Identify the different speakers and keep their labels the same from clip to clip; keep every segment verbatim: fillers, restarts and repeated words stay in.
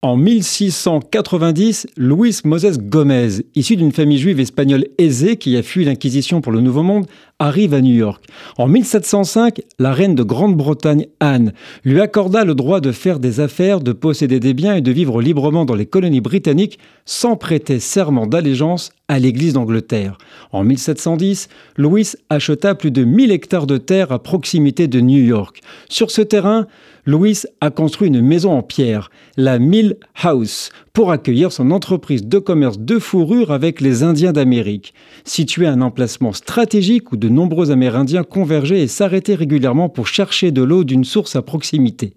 Speaker 1: En mille six cent quatre-vingt-dix, Luis Moses Gomez, issu d'une famille juive espagnole aisée qui a fui l'Inquisition pour le Nouveau Monde, arrive à New York. En mille sept cent cinq, la reine de Grande-Bretagne, Anne, lui accorda le droit de faire des affaires, de posséder des biens et de vivre librement dans les colonies britanniques sans prêter serment d'allégeance à l'Église d'Angleterre. En mille sept cent dix, Louis acheta plus de mille hectares de terre à proximité de New York. Sur ce terrain, Louis a construit une maison en pierre, la Mill House, pour accueillir son entreprise de commerce de fourrure avec les Indiens d'Amérique. Située à un emplacement stratégique où de nombreux Amérindiens convergeaient et s'arrêtaient régulièrement pour chercher de l'eau d'une source à proximité.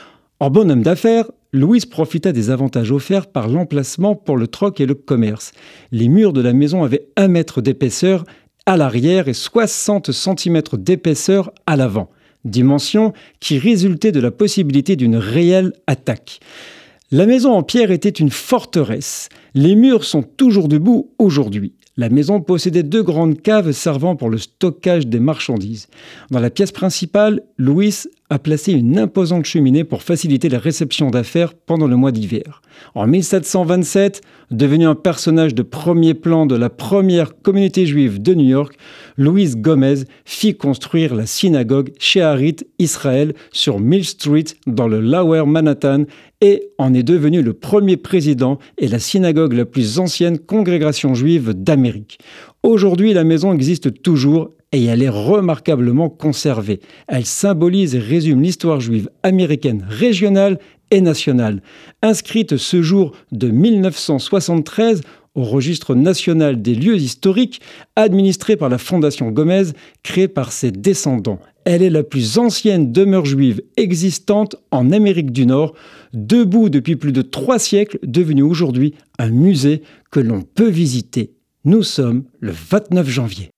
Speaker 1: En bon homme d'affaires, Louis profita des avantages offerts par l'emplacement pour le troc et le commerce. Les murs de la maison avaient un mètre d'épaisseur à l'arrière et soixante centimètres d'épaisseur à l'avant. Dimension qui résultait de la possibilité d'une réelle attaque. La maison en pierre était une forteresse. Les murs sont toujours debout aujourd'hui. La maison possédait deux grandes caves servant pour le stockage des marchandises. Dans la pièce principale, Louis a placé une imposante cheminée pour faciliter la réception d'affaires pendant le mois d'hiver. En mille sept cent vingt-sept, devenu un personnage de premier plan de la première communauté juive de New York, Louis Gomez fit construire la synagogue Shearith Israël sur Mill Street dans le Lower Manhattan et en est devenu le premier président et la synagogue la plus ancienne congrégation juive d'Amérique. Aujourd'hui, la maison existe toujours et elle est remarquablement conservée. Elle symbolise et résume l'histoire juive américaine régionale et nationale. Inscrite ce jour de mille neuf cent soixante-treize au registre national des lieux historiques, administré par la Fondation Gomez, créée par ses descendants. Elle est la plus ancienne demeure juive existante en Amérique du Nord, debout depuis plus de trois siècles, devenue aujourd'hui un musée que l'on peut visiter. Nous sommes le vingt-neuf janvier.